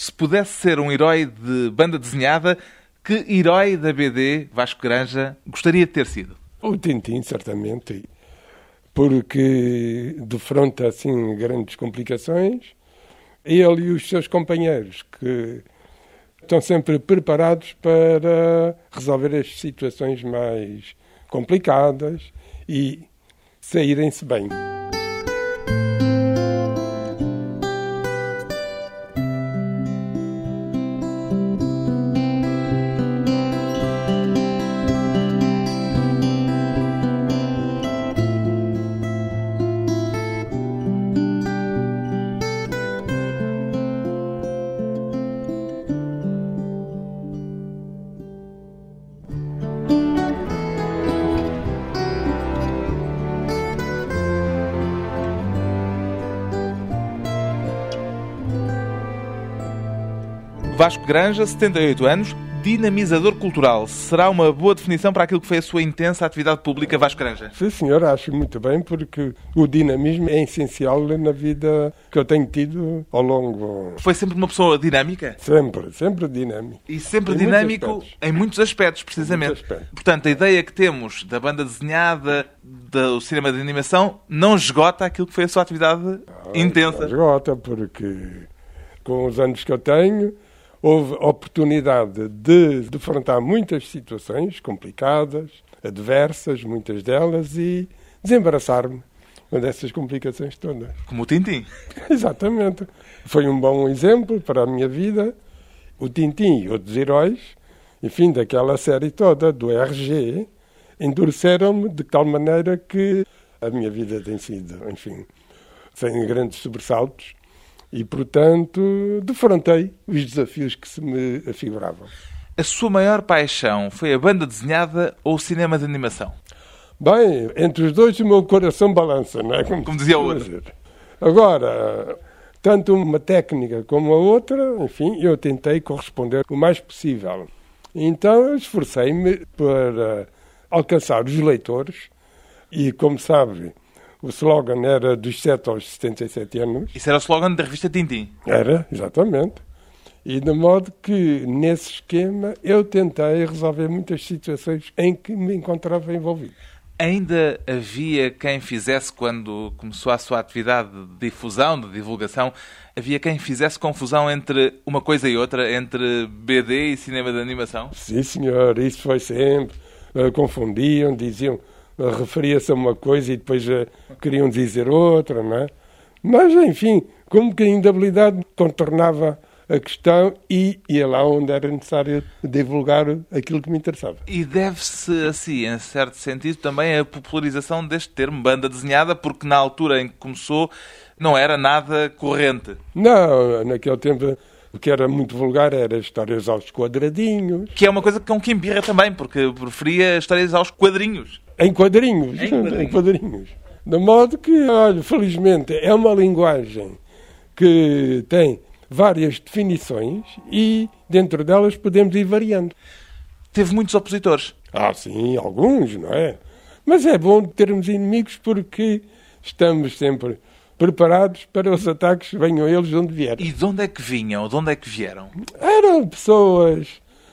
Se pudesse ser um herói de banda desenhada, que herói da BD, Vasco Granja, gostaria de ter sido? O Tintin, certamente, porque defronta assim grandes complicações. Ele e os seus companheiros, que estão sempre preparados para resolver as situações mais complicadas e saírem-se bem. Vasco Granja, 78 anos, dinamizador cultural. Será uma boa definição para aquilo que foi a sua intensa atividade pública, Vasco Granja? Sim, senhor, acho muito bem, porque o dinamismo é essencial na vida que eu tenho tido ao longo... Foi sempre uma pessoa dinâmica? Sempre dinâmico. E sempre dinâmico em muitos aspectos, precisamente. Muitos aspectos. Portanto, a ideia que temos da banda desenhada, do cinema de animação, não esgota aquilo que foi a sua atividade intensa. Não esgota, porque com os anos que eu tenho... houve oportunidade de defrontar muitas situações complicadas, adversas, muitas delas, e desembaraçar-me dessas complicações todas. Como o Tintin. Exatamente. Foi um bom exemplo para a minha vida. O Tintin e outros heróis, enfim, daquela série toda, do RG, endureceram-me de tal maneira que a minha vida tem sido, enfim, sem grandes sobressaltos. E, portanto, defrontei os desafios que se me afiguravam. A sua maior paixão foi a banda desenhada ou o cinema de animação? Bem, entre os dois o meu coração balança, não é? Como dizia o outro. Agora, tanto uma técnica como a outra, enfim, eu tentei corresponder o mais possível. Então, eu esforcei-me para alcançar os leitores e, como sabe... o slogan era dos 7 aos 77 anos. Isso era o slogan da revista Tintin? Era, exatamente. E de modo que, nesse esquema, eu tentei resolver muitas situações em que me encontrava envolvido. Ainda havia quem fizesse, quando começou a sua atividade de difusão, de divulgação, havia quem fizesse confusão entre uma coisa e outra, entre BD e cinema de animação? Sim, senhor, isso foi sempre. Confundiam, diziam... referia-se a uma coisa e depois queriam dizer outra, não é? Mas, enfim, com um bocadinho de habilidade, contornava a questão e ia lá onde era necessário divulgar aquilo que me interessava. E deve-se, assim, em certo sentido, também a popularização deste termo, banda desenhada, porque na altura em que começou não era nada corrente. Não, naquele tempo... o que era muito vulgar era histórias aos quadradinhos. Que é uma coisa com que embirra também, porque preferia histórias aos quadrinhos. Em quadrinhos. Em quadrinhos. De modo que, olha, felizmente, é uma linguagem que tem várias definições e, dentro delas, podemos ir variando. Teve muitos opositores. Sim, alguns, não é? Mas é bom termos inimigos porque estamos sempre... preparados para os ataques, venham eles de onde vierem. E de onde é que vinham? De onde é que vieram? Eram pessoas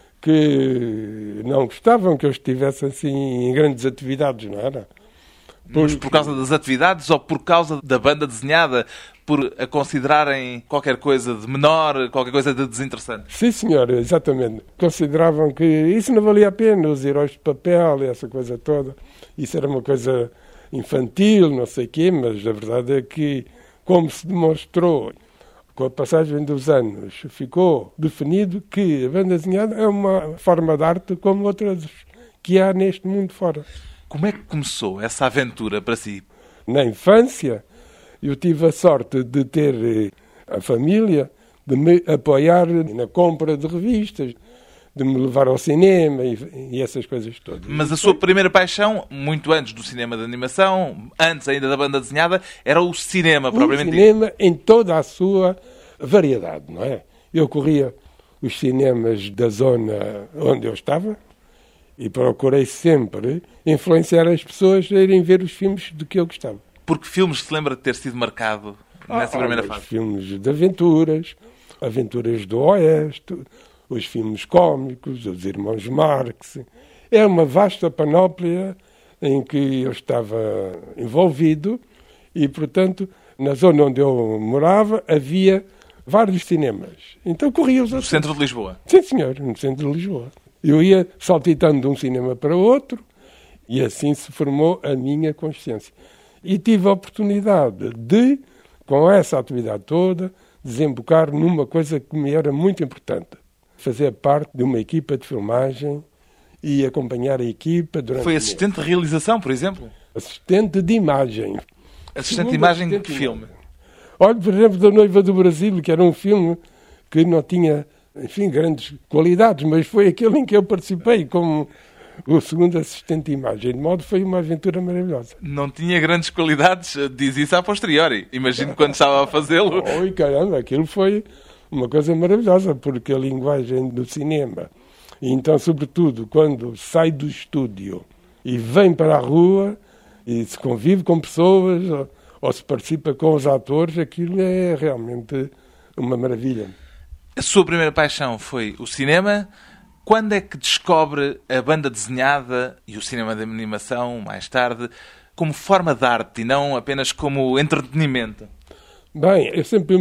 que não gostavam que eu estivesse assim em grandes atividades, não era? Mas por causa das atividades ou por causa da banda desenhada? Por a considerarem qualquer coisa de menor, qualquer coisa de desinteressante? Sim, senhor, exatamente. Consideravam que isso não valia a pena, os heróis de papel e essa coisa toda. Isso era uma coisa... infantil, não sei o quê, mas a verdade é que, como se demonstrou com a passagem dos anos, ficou definido que a banda desenhada é uma forma de arte como outras que há neste mundo fora. Como é que começou essa aventura para si? Na infância, eu tive a sorte de ter a família, de me apoiar na compra de revistas, de me levar ao cinema e essas coisas todas. Mas a sua primeira paixão, muito antes do cinema de animação, antes ainda da banda desenhada, era o cinema, propriamente dito. O cinema em toda a sua variedade, não é? Eu corria os cinemas da zona onde eu estava e procurei sempre influenciar as pessoas a irem ver os filmes de que eu gostava. Por que filmes se lembra de ter sido marcado nessa primeira fase? Filmes de aventuras, Aventuras do Oeste, os filmes cómicos, os Irmãos Marx. É uma vasta panóplia em que eu estava envolvido e, portanto, na zona onde eu morava havia vários cinemas. Então corria-os No centro de Lisboa? Sim, senhor, no centro de Lisboa. Eu ia saltitando de um cinema para outro e assim se formou a minha consciência. E tive a oportunidade de, com essa atividade toda, desembocar numa coisa que me era muito importante. Fazer parte de uma equipa de filmagem e acompanhar a equipa durante... Foi assistente de realização, por exemplo? Assistente de imagem. Assistente de imagem de que filme? Olha, por exemplo, da Noiva do Brasil, que era um filme que não tinha, enfim, grandes qualidades, mas foi aquele em que eu participei como o segundo assistente de imagem. De modo foi uma aventura maravilhosa. Não tinha grandes qualidades, diz isso a posteriori. Imagino quando estava a fazê-lo. Oi, caramba, aquilo foi uma coisa maravilhosa, porque a linguagem do cinema, e então, sobretudo, quando sai do estúdio e vem para a rua e se convive com pessoas ou se participa com os atores, aquilo é realmente uma maravilha. A sua primeira paixão foi o cinema. Quando é que descobre a banda desenhada e o cinema de animação, mais tarde, como forma de arte e não apenas como entretenimento? Bem, eu sempre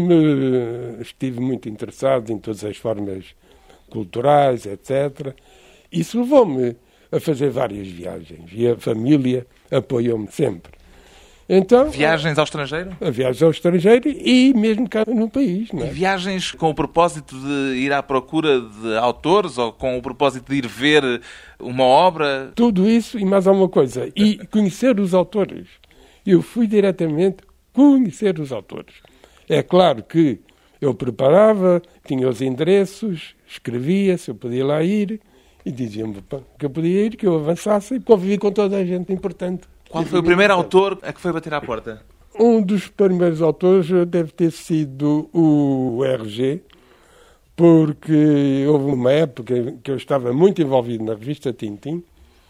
estive muito interessado em todas as formas culturais, etc. Isso levou-me a fazer várias viagens e a família apoiou-me sempre. Então, viagens ao estrangeiro? A viagem ao estrangeiro e mesmo cá no país. Não é? E viagens com o propósito de ir à procura de autores ou com o propósito de ir ver uma obra? Tudo isso e mais alguma coisa. E conhecer os autores. Eu fui diretamente conhecer os autores. É claro que eu preparava, tinha os endereços, escrevia se eu podia lá ir e dizia-me que eu podia ir, que eu avançasse e convivi com toda a gente importante. Qual foi o primeiro autor a que foi bater à porta? Um dos primeiros autores deve ter sido o RG, porque houve uma época em que eu estava muito envolvido na revista Tintin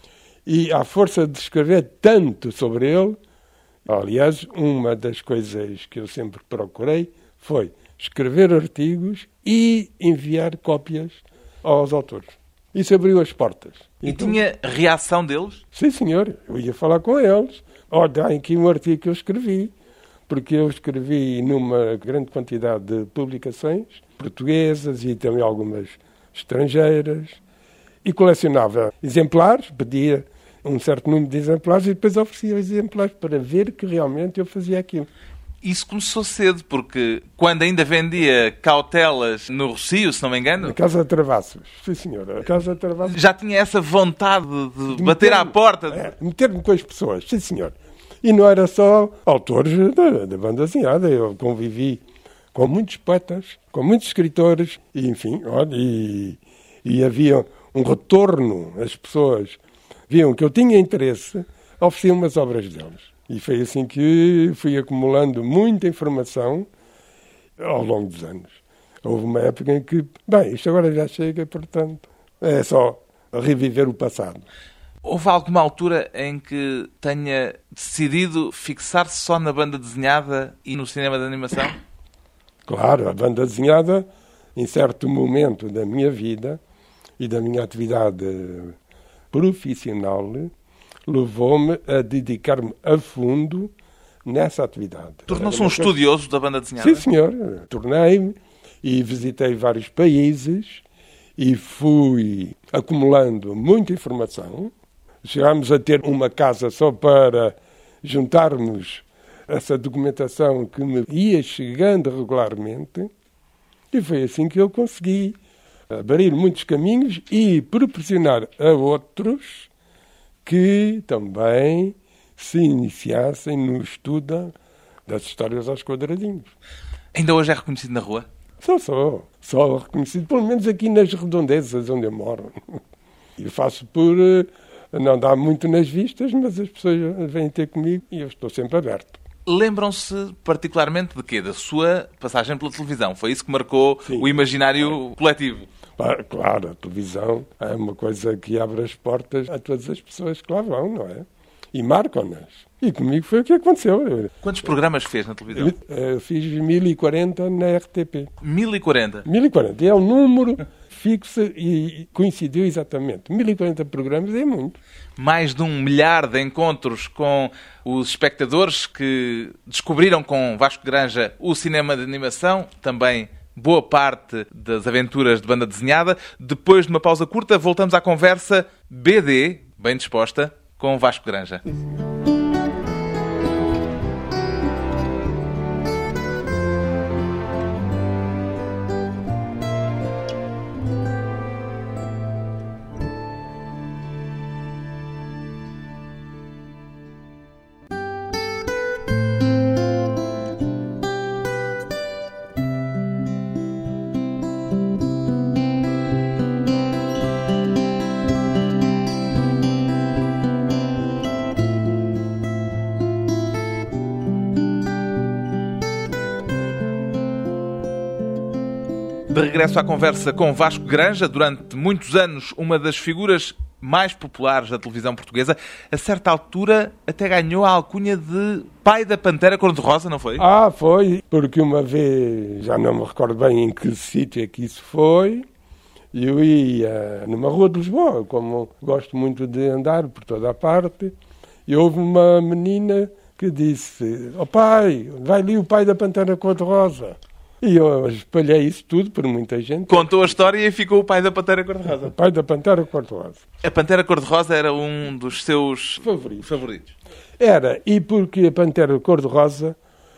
e, à força de escrever tanto sobre ele, aliás, uma das coisas que eu sempre procurei foi escrever artigos e enviar cópias aos autores. Isso abriu as portas. E então, tinha reação deles? Sim, senhor. Eu ia falar com eles. Olha, há aqui um artigo que eu escrevi, porque eu escrevi numa grande quantidade de publicações portuguesas e também algumas estrangeiras, e colecionava exemplares, pedia um certo número de exemplares e depois oferecia exemplares para ver que realmente eu fazia aquilo. Isso começou cedo, porque quando ainda vendia cautelas no Rossio, se não me engano... Na Casa de Travassos, sim senhora. A Casa de Travassos... Já tinha essa vontade de bater à porta? Meter-me com as pessoas, sim senhor. E não era só autores da banda desenhada. Eu convivi com muitos poetas, com muitos escritores, e enfim, olha, e havia um retorno. As pessoas viam que eu tinha interesse, ofereciam-me as obras deles. E foi assim que fui acumulando muita informação ao longo dos anos. Houve uma época em que, bem, isto agora já chega, portanto, é só reviver o passado. Houve alguma altura em que tenha decidido fixar-se só na banda desenhada e no cinema de animação? Claro, a banda desenhada, em certo momento da minha vida e da minha atividade profissional, levou-me a dedicar-me a fundo nessa atividade. Tornou-se um estudioso da banda desenhada? Sim, senhor. Tornei-me e visitei vários países e fui acumulando muita informação. Chegámos a ter uma casa só para juntarmos essa documentação que me ia chegando regularmente e foi assim que eu consegui abrir muitos caminhos e proporcionar a outros que também se iniciassem no estudo das histórias aos quadradinhos. Ainda hoje é reconhecido na rua? Só reconhecido, pelo menos aqui nas redondezas onde eu moro. Eu faço por não dar muito nas vistas, mas as pessoas vêm ter comigo e eu estou sempre aberto. Lembram-se particularmente de quê? Da sua passagem pela televisão? Foi isso que marcou o imaginário coletivo? Claro, a televisão é uma coisa que abre as portas a todas as pessoas que lá vão, não é? e marcam-nas. E comigo foi o que aconteceu. Quantos programas fez na televisão? Eu fiz 1040 na RTP. 1040? 1040. É um número fixo e coincidiu exatamente. 1040 programas é muito. Mais de 1 milhar de encontros com os espectadores que descobriram com Vasco Granja o cinema de animação, também boa parte das aventuras de banda desenhada. Depois de uma pausa curta, voltamos à conversa BD, bem disposta, com Vasco Granja. De regresso à conversa com Vasco Granja, durante muitos anos uma das figuras mais populares da televisão portuguesa, a certa altura até ganhou a alcunha de pai da Pantera Cor-de-Rosa, não foi? Foi, porque uma vez, já não me recordo bem em que sítio é que isso foi, eu ia numa rua de Lisboa, como gosto muito de andar por toda a parte, e houve uma menina que disse: pai, vai ali o pai da Pantera Cor-de-Rosa. E eu espalhei isso tudo por muita gente. Contou a história e ficou o pai da Pantera Cor-de-Rosa. O pai da Pantera Cor-de-Rosa. A Pantera Cor-de-Rosa era um dos seus favoritos. Era, e porque a Pantera Cor-de-Rosa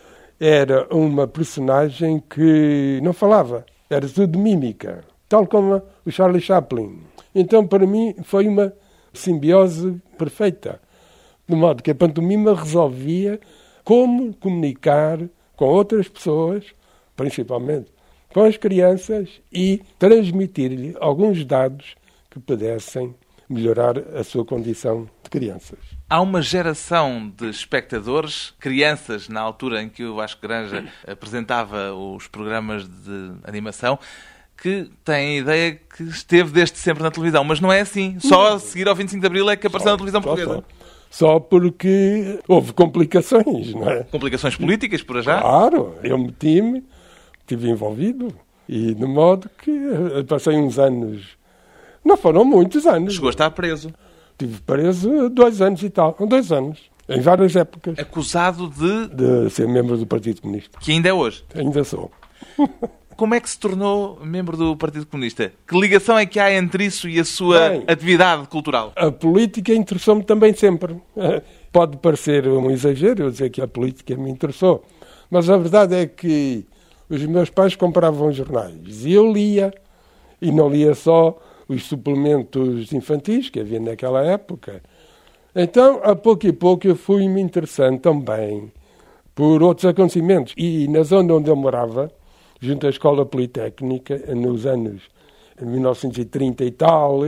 era uma personagem que não falava, era tudo mímica, tal como o Charlie Chaplin. Então, para mim, foi uma simbiose perfeita, de modo que a pantomima resolvia como comunicar com outras pessoas, principalmente com as crianças, e transmitir-lhe alguns dados que pudessem melhorar a sua condição de crianças. Há uma geração de espectadores, crianças, na altura em que o Vasco Granja apresentava os programas de animação, que têm a ideia que esteve desde sempre na televisão. Mas não é assim. Só a seguir ao 25 de Abril é que apareceu na televisão portuguesa. Só porque houve complicações, não é? Complicações políticas, por já? Claro, eu meti-me, estive envolvido, e de modo que passei uns anos, não foram muitos anos. Chegou a estar preso. Estive preso 2 anos e tal, 2 anos, em várias épocas. Acusado de ser membro do Partido Comunista. Que ainda é hoje? Ainda sou. Como é que se tornou membro do Partido Comunista? Que ligação é que há entre isso e a sua atividade cultural? A política interessou-me também sempre. Pode parecer um exagero eu dizer que a política me interessou, mas a verdade é que os meus pais compravam jornais e eu lia, e não lia só os suplementos infantis que havia naquela época. Então, a pouco e pouco, eu fui-me interessando também por outros acontecimentos. E na zona onde eu morava, junto à Escola Politécnica, nos anos 1930 e tal,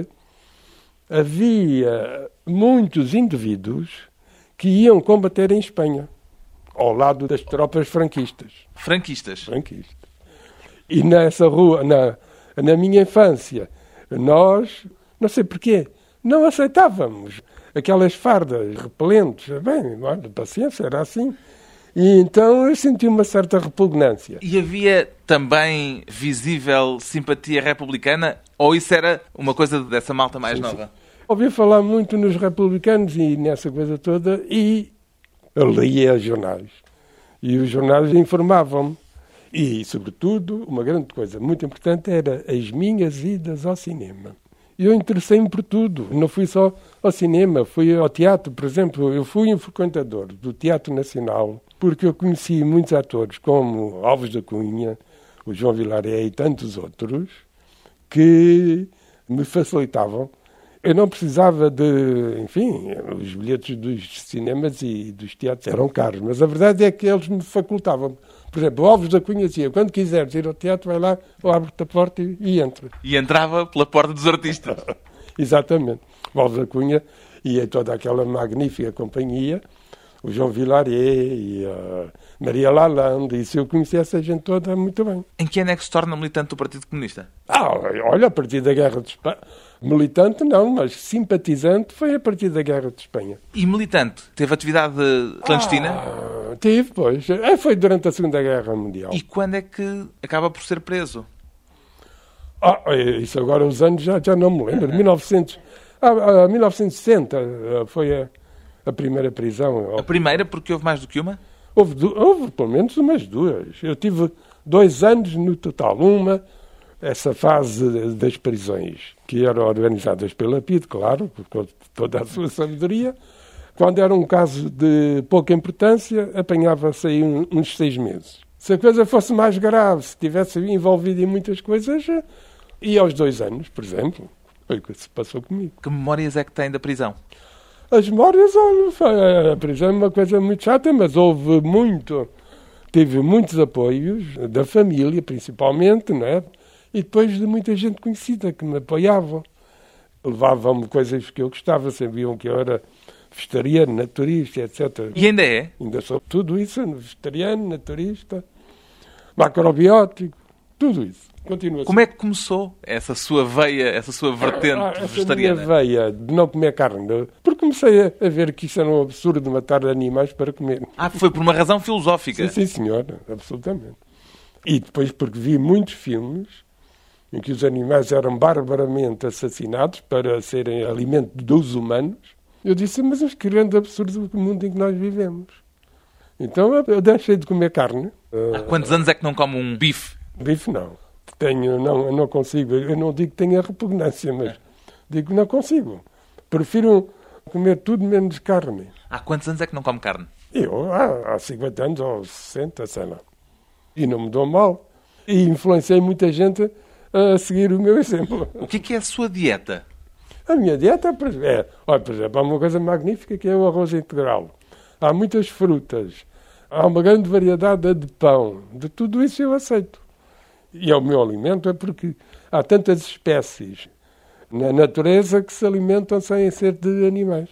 havia muitos indivíduos que iam combater em Espanha, ao lado das tropas franquistas. Franquistas? Franquistas. E nessa rua, na minha infância, nós, não sei porquê, não aceitávamos aquelas fardas repelentes. Bem, paciência, era assim. E então eu senti uma certa repugnância. E havia também visível simpatia republicana? Ou isso era uma coisa dessa malta mais nova? Ouvi falar muito nos republicanos e nessa coisa toda, e eu lia jornais. E os jornais informavam-me. E, sobretudo, uma grande coisa muito importante era as minhas idas ao cinema. Eu interessei-me por tudo. Não fui só ao cinema, fui ao teatro, por exemplo. Eu fui um frequentador do Teatro Nacional, porque eu conheci muitos atores, como Alves da Cunha, o João Vilaré e tantos outros, que me facilitavam. Eu não precisava de... Enfim, os bilhetes dos cinemas e dos teatros eram caros, mas a verdade é que eles me facultavam. Por exemplo, o Alves da Cunha dizia: quando quiseres ir ao teatro, vai lá, abre-te a porta e entra. E entrava pela porta dos artistas. Exatamente. O Alves da Cunha e toda aquela magnífica companhia o João Vilaret e a Maria Lalande, e se eu conhecia essa gente toda muito bem. Em que ano é que se torna militante do Partido Comunista? Olha, a partir da Guerra de Espanha. Militante não, mas simpatizante foi a partir da Guerra de Espanha. E militante? Teve atividade clandestina? Tive, pois. Foi durante a Segunda Guerra Mundial. E quando é que acaba por ser preso? Isso agora os anos já não me lembro. 1960 foi a primeira prisão. A primeira porque houve mais do que uma? Houve pelo menos umas duas. Eu tive 2 anos no total. Uma, essa fase das prisões, que eram organizadas pela PIDE, claro, com toda a sua sabedoria. Quando era um caso de pouca importância, apanhava-se aí uns 6 meses. Se a coisa fosse mais grave, se tivesse envolvido em muitas coisas, ia aos 2 anos, por exemplo. Foi o que se passou comigo. Que memórias é que tem da prisão? As memórias, olha, a prisão é uma coisa muito chata, mas tive muitos apoios, da família principalmente, não é? E depois de muita gente conhecida que me apoiava. Levavam-me coisas que eu gostava, sabiam que eu era vegetariano, naturista, etc. E ainda é? Ainda sou tudo isso, vegetariano, naturista, macrobiótico, tudo isso. Continua assim. Como é que começou essa sua veia, essa sua vertente vegetariana? Essa minha veia de não comer carne, porque comecei a ver que isso era um absurdo matar animais para comer. Foi por uma razão filosófica? Sim, senhor, absolutamente. E depois porque vi muitos filmes em que os animais eram barbaramente assassinados para serem alimento dos humanos. Eu disse, mas que grande absurdo do mundo em que nós vivemos. Então eu deixei de comer carne. Há quantos anos é que não come um bife? Bife não. Eu não consigo. Eu não digo que tenha repugnância, mas digo que não consigo. Prefiro comer tudo menos carne. Há quantos anos é que não come carne? Eu, há 50 anos ou 60, sei lá. E não me dou mal. E influenciei muita gente a seguir o meu exemplo. O que é a sua dieta? A minha dieta, por exemplo, há uma coisa magnífica que é o arroz integral. Há muitas frutas. Há uma grande variedade de pão. De tudo isso eu aceito. E é o meu alimento, é porque há tantas espécies na natureza que se alimentam sem ser de animais.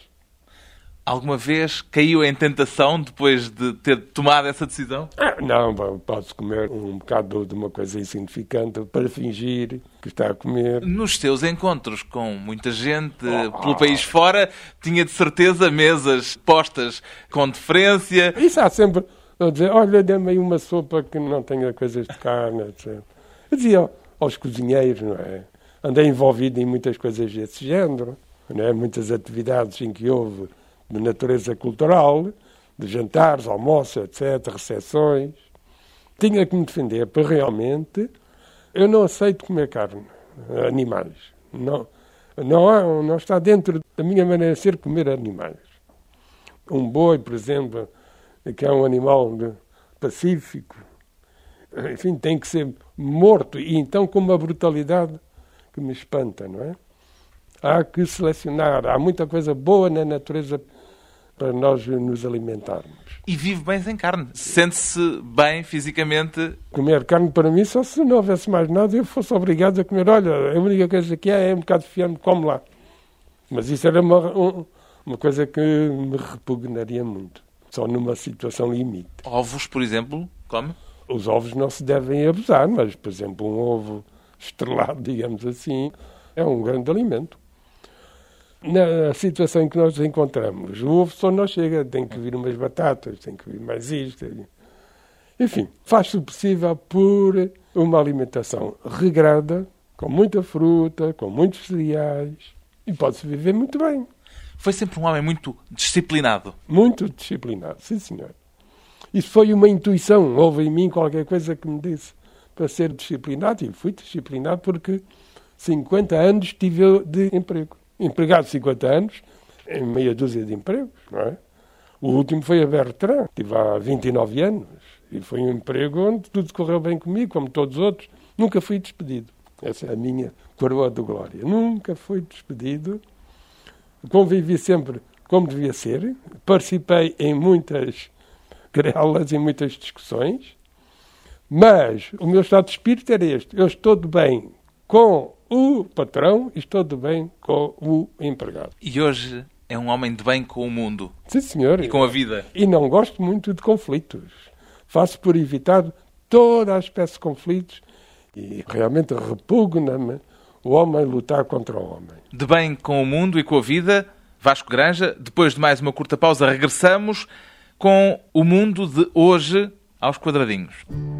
Alguma vez caiu em tentação depois de ter tomado essa decisão? Não, posso comer um bocado de uma coisa insignificante para fingir que está a comer. Nos seus encontros com muita gente pelo país fora, tinha de certeza mesas postas com deferência. Isso há sempre a dizer, olha, dê-me aí uma sopa que não tenha coisas de carne, etc. Eu dizia aos cozinheiros, não é? Andei envolvido em muitas coisas desse género, não é? Muitas atividades em que houve de natureza cultural, de jantares, almoços, etc., recepções. Tinha que me defender, porque realmente eu não aceito comer carne, animais. Não está dentro da minha maneira de ser comer animais. Um boi, por exemplo, que é um animal pacífico, enfim, tem que ser morto, e então com uma brutalidade que me espanta, não é? Há que selecionar, há muita coisa boa na natureza para nós nos alimentarmos. E vive bem sem carne? Sente-se bem fisicamente? Comer carne para mim, só se não houvesse mais nada, eu fosse obrigado a comer. Olha, a única coisa que é um bocado de fiambre, come lá. Mas isso era uma coisa que me repugnaria muito. Só numa situação limite. Ovos, por exemplo, come? Os ovos não se devem abusar, mas, por exemplo, um ovo estrelado, digamos assim, é um grande alimento. Na situação em que nós nos encontramos, o ovo só não chega, tem que vir umas batatas, tem que vir mais isto. Enfim, faz-se o possível por uma alimentação regrada, com muita fruta, com muitos cereais, e pode-se viver muito bem. Foi sempre um homem muito disciplinado. Muito disciplinado, sim senhor. Isso foi uma intuição, houve em mim qualquer coisa que me disse para ser disciplinado, e fui disciplinado porque 50 anos tive de emprego. Empregado 50 anos, em meia dúzia de empregos, não é? O último foi a Bertrand, tive há 29 anos, e foi um emprego onde tudo correu bem comigo, como todos os outros. Nunca fui despedido. Essa é a minha coroa de glória. Nunca fui despedido. Convivi sempre como devia ser. Participei em muitas querelas, em muitas discussões. Mas o meu estado de espírito era este. Eu estou de bem com o patrão e estou de bem com o empregado. E hoje é um homem de bem com o mundo. Sim, senhor. E com a vida. E não gosto muito de conflitos. Faço por evitar toda a espécie de conflitos e realmente repugna-me o homem lutar contra o homem. De bem com o mundo e com a vida, Vasco Granja, depois de mais uma curta pausa, regressamos com o mundo de hoje aos quadradinhos.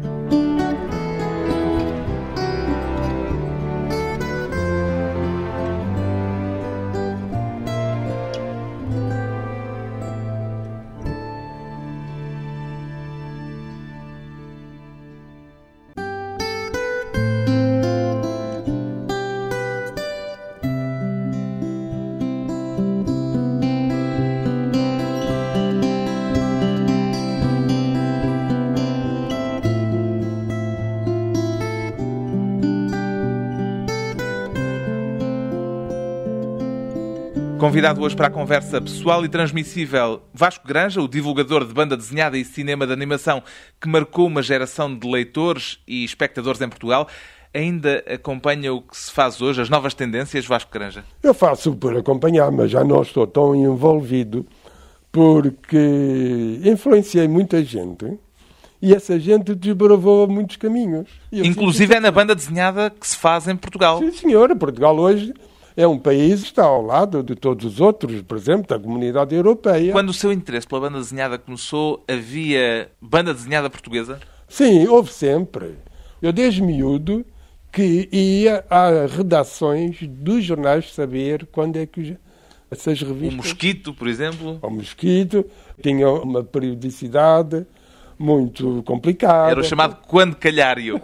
Convidado hoje para a conversa pessoal e transmissível, Vasco Granja, o divulgador de banda desenhada e cinema de animação que marcou uma geração de leitores e espectadores em Portugal, ainda acompanha o que se faz hoje, as novas tendências, Vasco Granja? Eu faço por acompanhar, mas já não estou tão envolvido porque influenciei muita gente e essa gente desbravou muitos caminhos. Inclusive é na banda desenhada que se faz em Portugal. Sim, senhor. Portugal hoje é um país que está ao lado de todos os outros, por exemplo, da comunidade europeia. Quando o seu interesse pela banda desenhada começou, havia banda desenhada portuguesa? Sim, houve sempre. Eu, desde miúdo, que ia a redações dos jornais saber quando é que essas revistas... O Mosquito, por exemplo? O Mosquito tinha uma periodicidade muito complicada. Era o chamado Quando Calhário.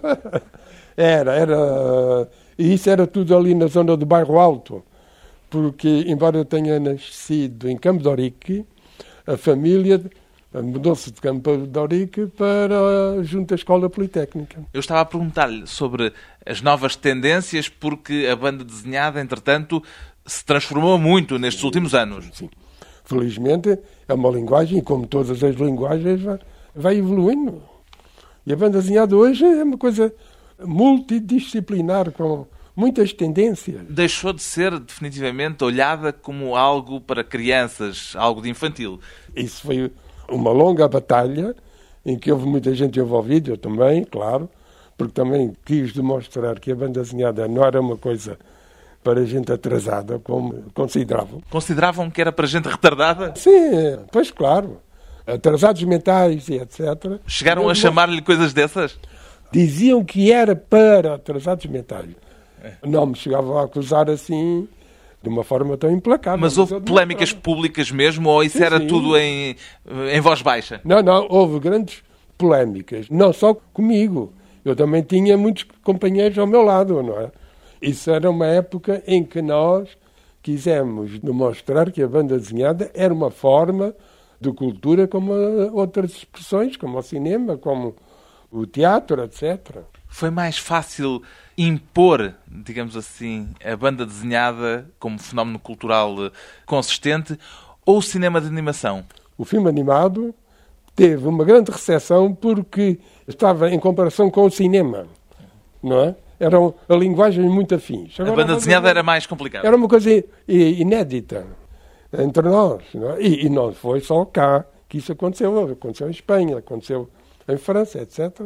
Era... E isso era tudo ali na zona do Bairro Alto, porque, embora eu tenha nascido em Campo de Ourique, a família mudou-se de Campo de Ourique para junto à Escola Politécnica. Eu estava a perguntar-lhe sobre as novas tendências, porque a banda desenhada, entretanto, se transformou muito nestes últimos anos. Sim. Felizmente, é uma linguagem, e como todas as linguagens, vai evoluindo. E a banda desenhada hoje é uma coisa multidisciplinar, com muitas tendências. Deixou de ser definitivamente olhada como algo para crianças, algo de infantil. Isso foi uma longa batalha em que houve muita gente envolvida, eu também, claro, porque também quis demonstrar que a banda desenhada não era uma coisa para gente atrasada, como consideravam. Consideravam que era para gente retardada? Sim, pois claro. Atrasados mentais e etc. Chegaram a chamar-lhe coisas dessas? Diziam que era para atrasados mentais. Não me chegavam a acusar assim, de uma forma tão implacável. Mas houve polémicas públicas mesmo, ou isso era tudo em voz baixa? Não, houve grandes polémicas. Não só comigo. Eu também tinha muitos companheiros ao meu lado, não é? Isso era uma época em que nós quisemos demonstrar que a banda desenhada era uma forma de cultura como outras expressões, como o cinema, como o teatro, etc. Foi mais fácil impor, digamos assim, a banda desenhada como fenómeno cultural consistente ou o cinema de animação? O filme animado teve uma grande recepção porque estava em comparação com o cinema, não é? Eram a linguagem muito afins. Agora, a banda desenhada era mais complicada. Era uma coisa inédita entre nós. Não é? E não foi só cá que isso aconteceu. Aconteceu em Espanha, aconteceu em França, etc.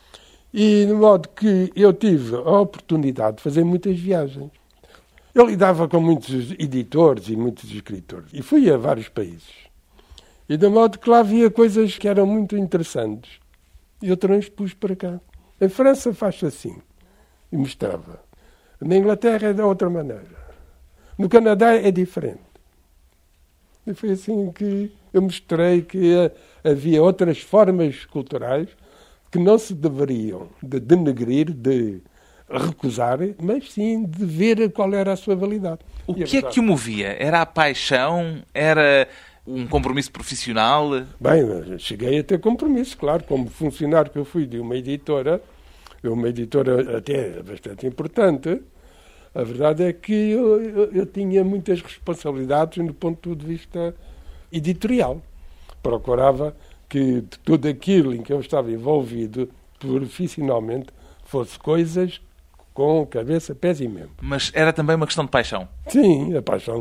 E de modo que eu tive a oportunidade de fazer muitas viagens. Eu lidava com muitos editores e muitos escritores. E fui a vários países. E de modo que lá havia coisas que eram muito interessantes. E eu transpus para cá. Em França faz assim. E mostrava. Na Inglaterra é de outra maneira. No Canadá é diferente. E foi assim que eu mostrei que havia outras formas culturais que não se deveriam de denegrir, de recusar, mas sim de ver qual era a sua validade. O que é que o movia? Era a paixão? Era um compromisso profissional? Bem, cheguei a ter compromisso, claro, como funcionário que eu fui de uma editora até bastante importante. A verdade é que eu tinha muitas responsabilidades no ponto de vista editorial. Procurava que tudo aquilo em que eu estava envolvido profissionalmente fosse coisas com cabeça, pés e membros. Mas era também uma questão de paixão? Sim, a paixão.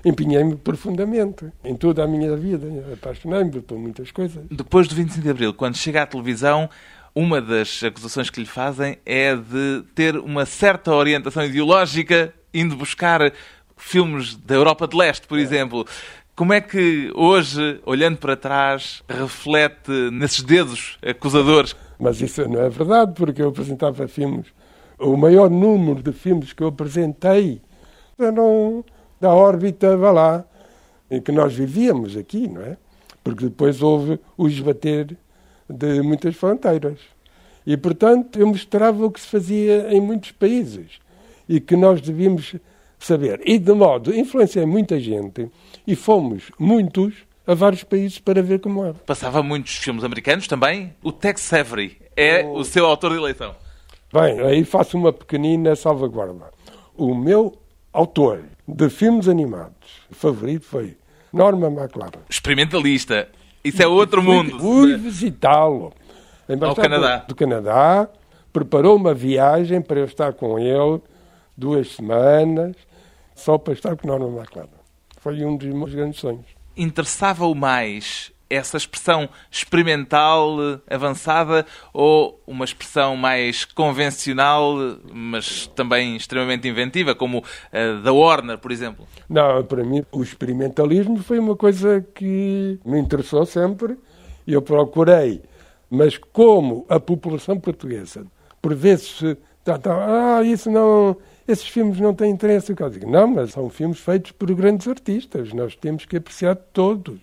empenhei-me profundamente em toda a minha vida. Apaixonei-me por muitas coisas. Depois do 25 de Abril, quando chega à televisão, uma das acusações que lhe fazem é de ter uma certa orientação ideológica, indo buscar filmes da Europa de Leste, por exemplo. Como é que hoje, olhando para trás, reflete nesses dedos acusadores? Mas isso não é verdade, porque eu apresentava filmes. O maior número de filmes que eu apresentei eram da órbita, vá lá, em que nós vivíamos aqui, não é? Porque depois houve o esbater de muitas fronteiras. E, portanto, eu mostrava o que se fazia em muitos países e que nós devíamos saber. E, de modo, influenciei muita gente e fomos muitos a vários países para ver como era. Passava muitos filmes americanos também. O Tex Avery é o seu autor de eleição. Bem, aí faço uma pequenina salvaguarda. O meu autor de filmes animados favorito foi Norman McLaren. Experimentalista. Isso é outro mundo. Fui visitá-lo. Ao Canadá. Do Canadá. Preparou uma viagem para eu estar com ele 2 semanas, só para estar com Norman McLaren. Foi um dos meus grandes sonhos. Interessava-o mais essa expressão experimental, avançada, ou uma expressão mais convencional, mas também extremamente inventiva, como a da Warner, por exemplo? Não, para mim o experimentalismo foi uma coisa que me interessou sempre e eu procurei, mas como a população portuguesa, por vezes, isso não... Esses filmes não têm interesse. Eu digo, não, mas são filmes feitos por grandes artistas. Nós temos que apreciar todos.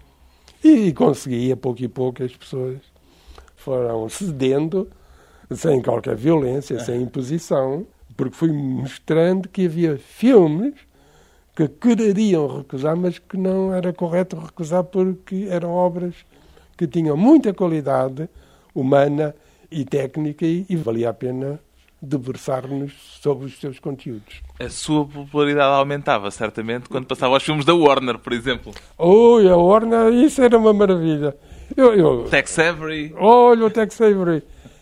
E consegui, a pouco e pouco, as pessoas foram cedendo, sem qualquer violência, sem imposição, porque fui mostrando que havia filmes que quereriam recusar, mas que não era correto recusar porque eram obras que tinham muita qualidade humana e técnica e valia a pena debruçar-nos sobre os seus conteúdos. A sua popularidade aumentava, certamente, quando passava aos filmes da Warner, por exemplo. Oi, a Warner, isso era uma maravilha. Tex Avery. Olha, o Tex Avery.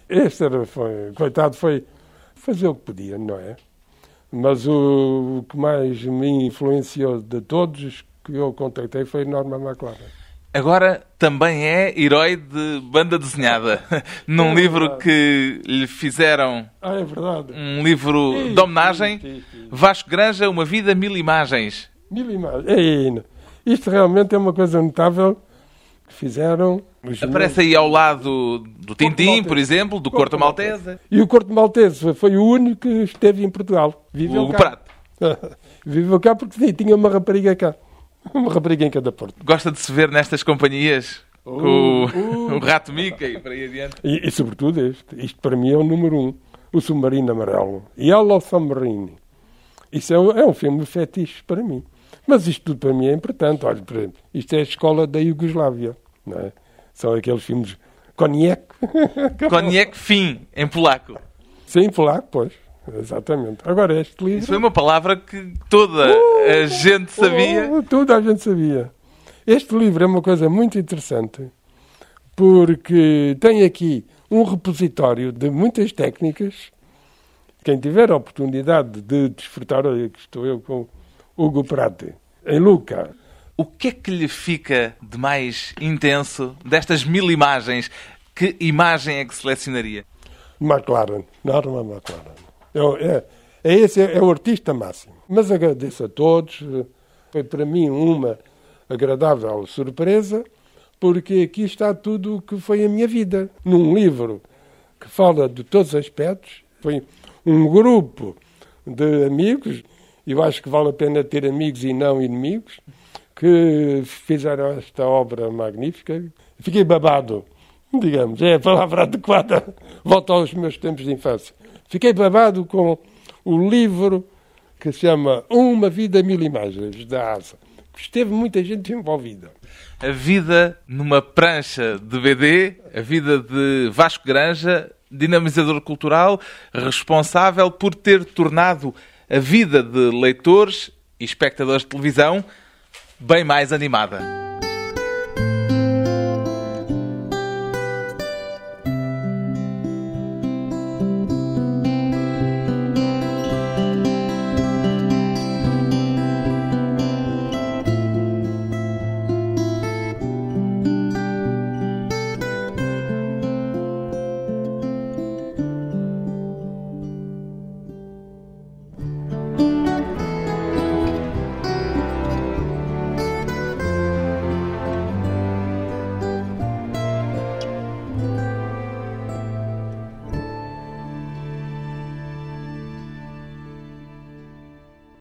Coitado, foi fazer o que podia, não é? Mas o que mais me influenciou de todos os que eu contactei foi Norman McLaren. Agora também é herói de banda desenhada. Num livro que lhe fizeram... É verdade. Um livro de homenagem. Sim. Vasco Granja, Uma Vida, 1000 Imagens. 1000 imagens. Isto realmente é uma coisa notável que fizeram... Aparece aí ao lado do Tintim, por exemplo, do Corto Maltese. E o Corto Maltese foi o único que esteve em Portugal. Viveu cá. Viveu cá porque tinha uma rapariga cá. Uma rapariga em cada porto. Gosta de se ver nestas companhias com o Rato Mica e por aí adiante? E sobretudo este. Isto para mim é o número 1. O Submarino Amarelo. Yellow Submarine. Isso é um filme fetiche para mim. Mas isto tudo para mim é importante. Olha, por exemplo, isto é a escola da Iugoslávia. Não é? São aqueles filmes Koniec. Koniec fim, em polaco. Sim, em polaco, pois. Exatamente. Agora, este livro... Isso foi uma palavra que toda a gente sabia. Toda a gente sabia. Este livro é uma coisa muito interessante porque tem aqui um repositório de muitas técnicas. Quem tiver a oportunidade de desfrutar, olha, que estou eu com Hugo Prate, em Luca. O que é que lhe fica de mais intenso destas 1000 imagens? Que imagem é que selecionaria? McLaren. Norman McLaren. Esse é o artista máximo. Mas agradeço a todos. Foi para mim uma agradável surpresa, porque aqui está tudo o que foi a minha vida. Num livro que fala de todos os aspectos. Foi um grupo de amigos, e eu acho que vale a pena ter amigos e não inimigos, que fizeram esta obra magnífica. Fiquei babado, digamos, é a palavra adequada. Volto aos meus tempos de infância. Fiquei babado com o livro que se chama Uma Vida, 1000 Imagens, da ASA. Esteve muita gente envolvida. A vida numa prancha de BD, a vida de Vasco Granja, dinamizador cultural, responsável por ter tornado a vida de leitores e espectadores de televisão bem mais animada.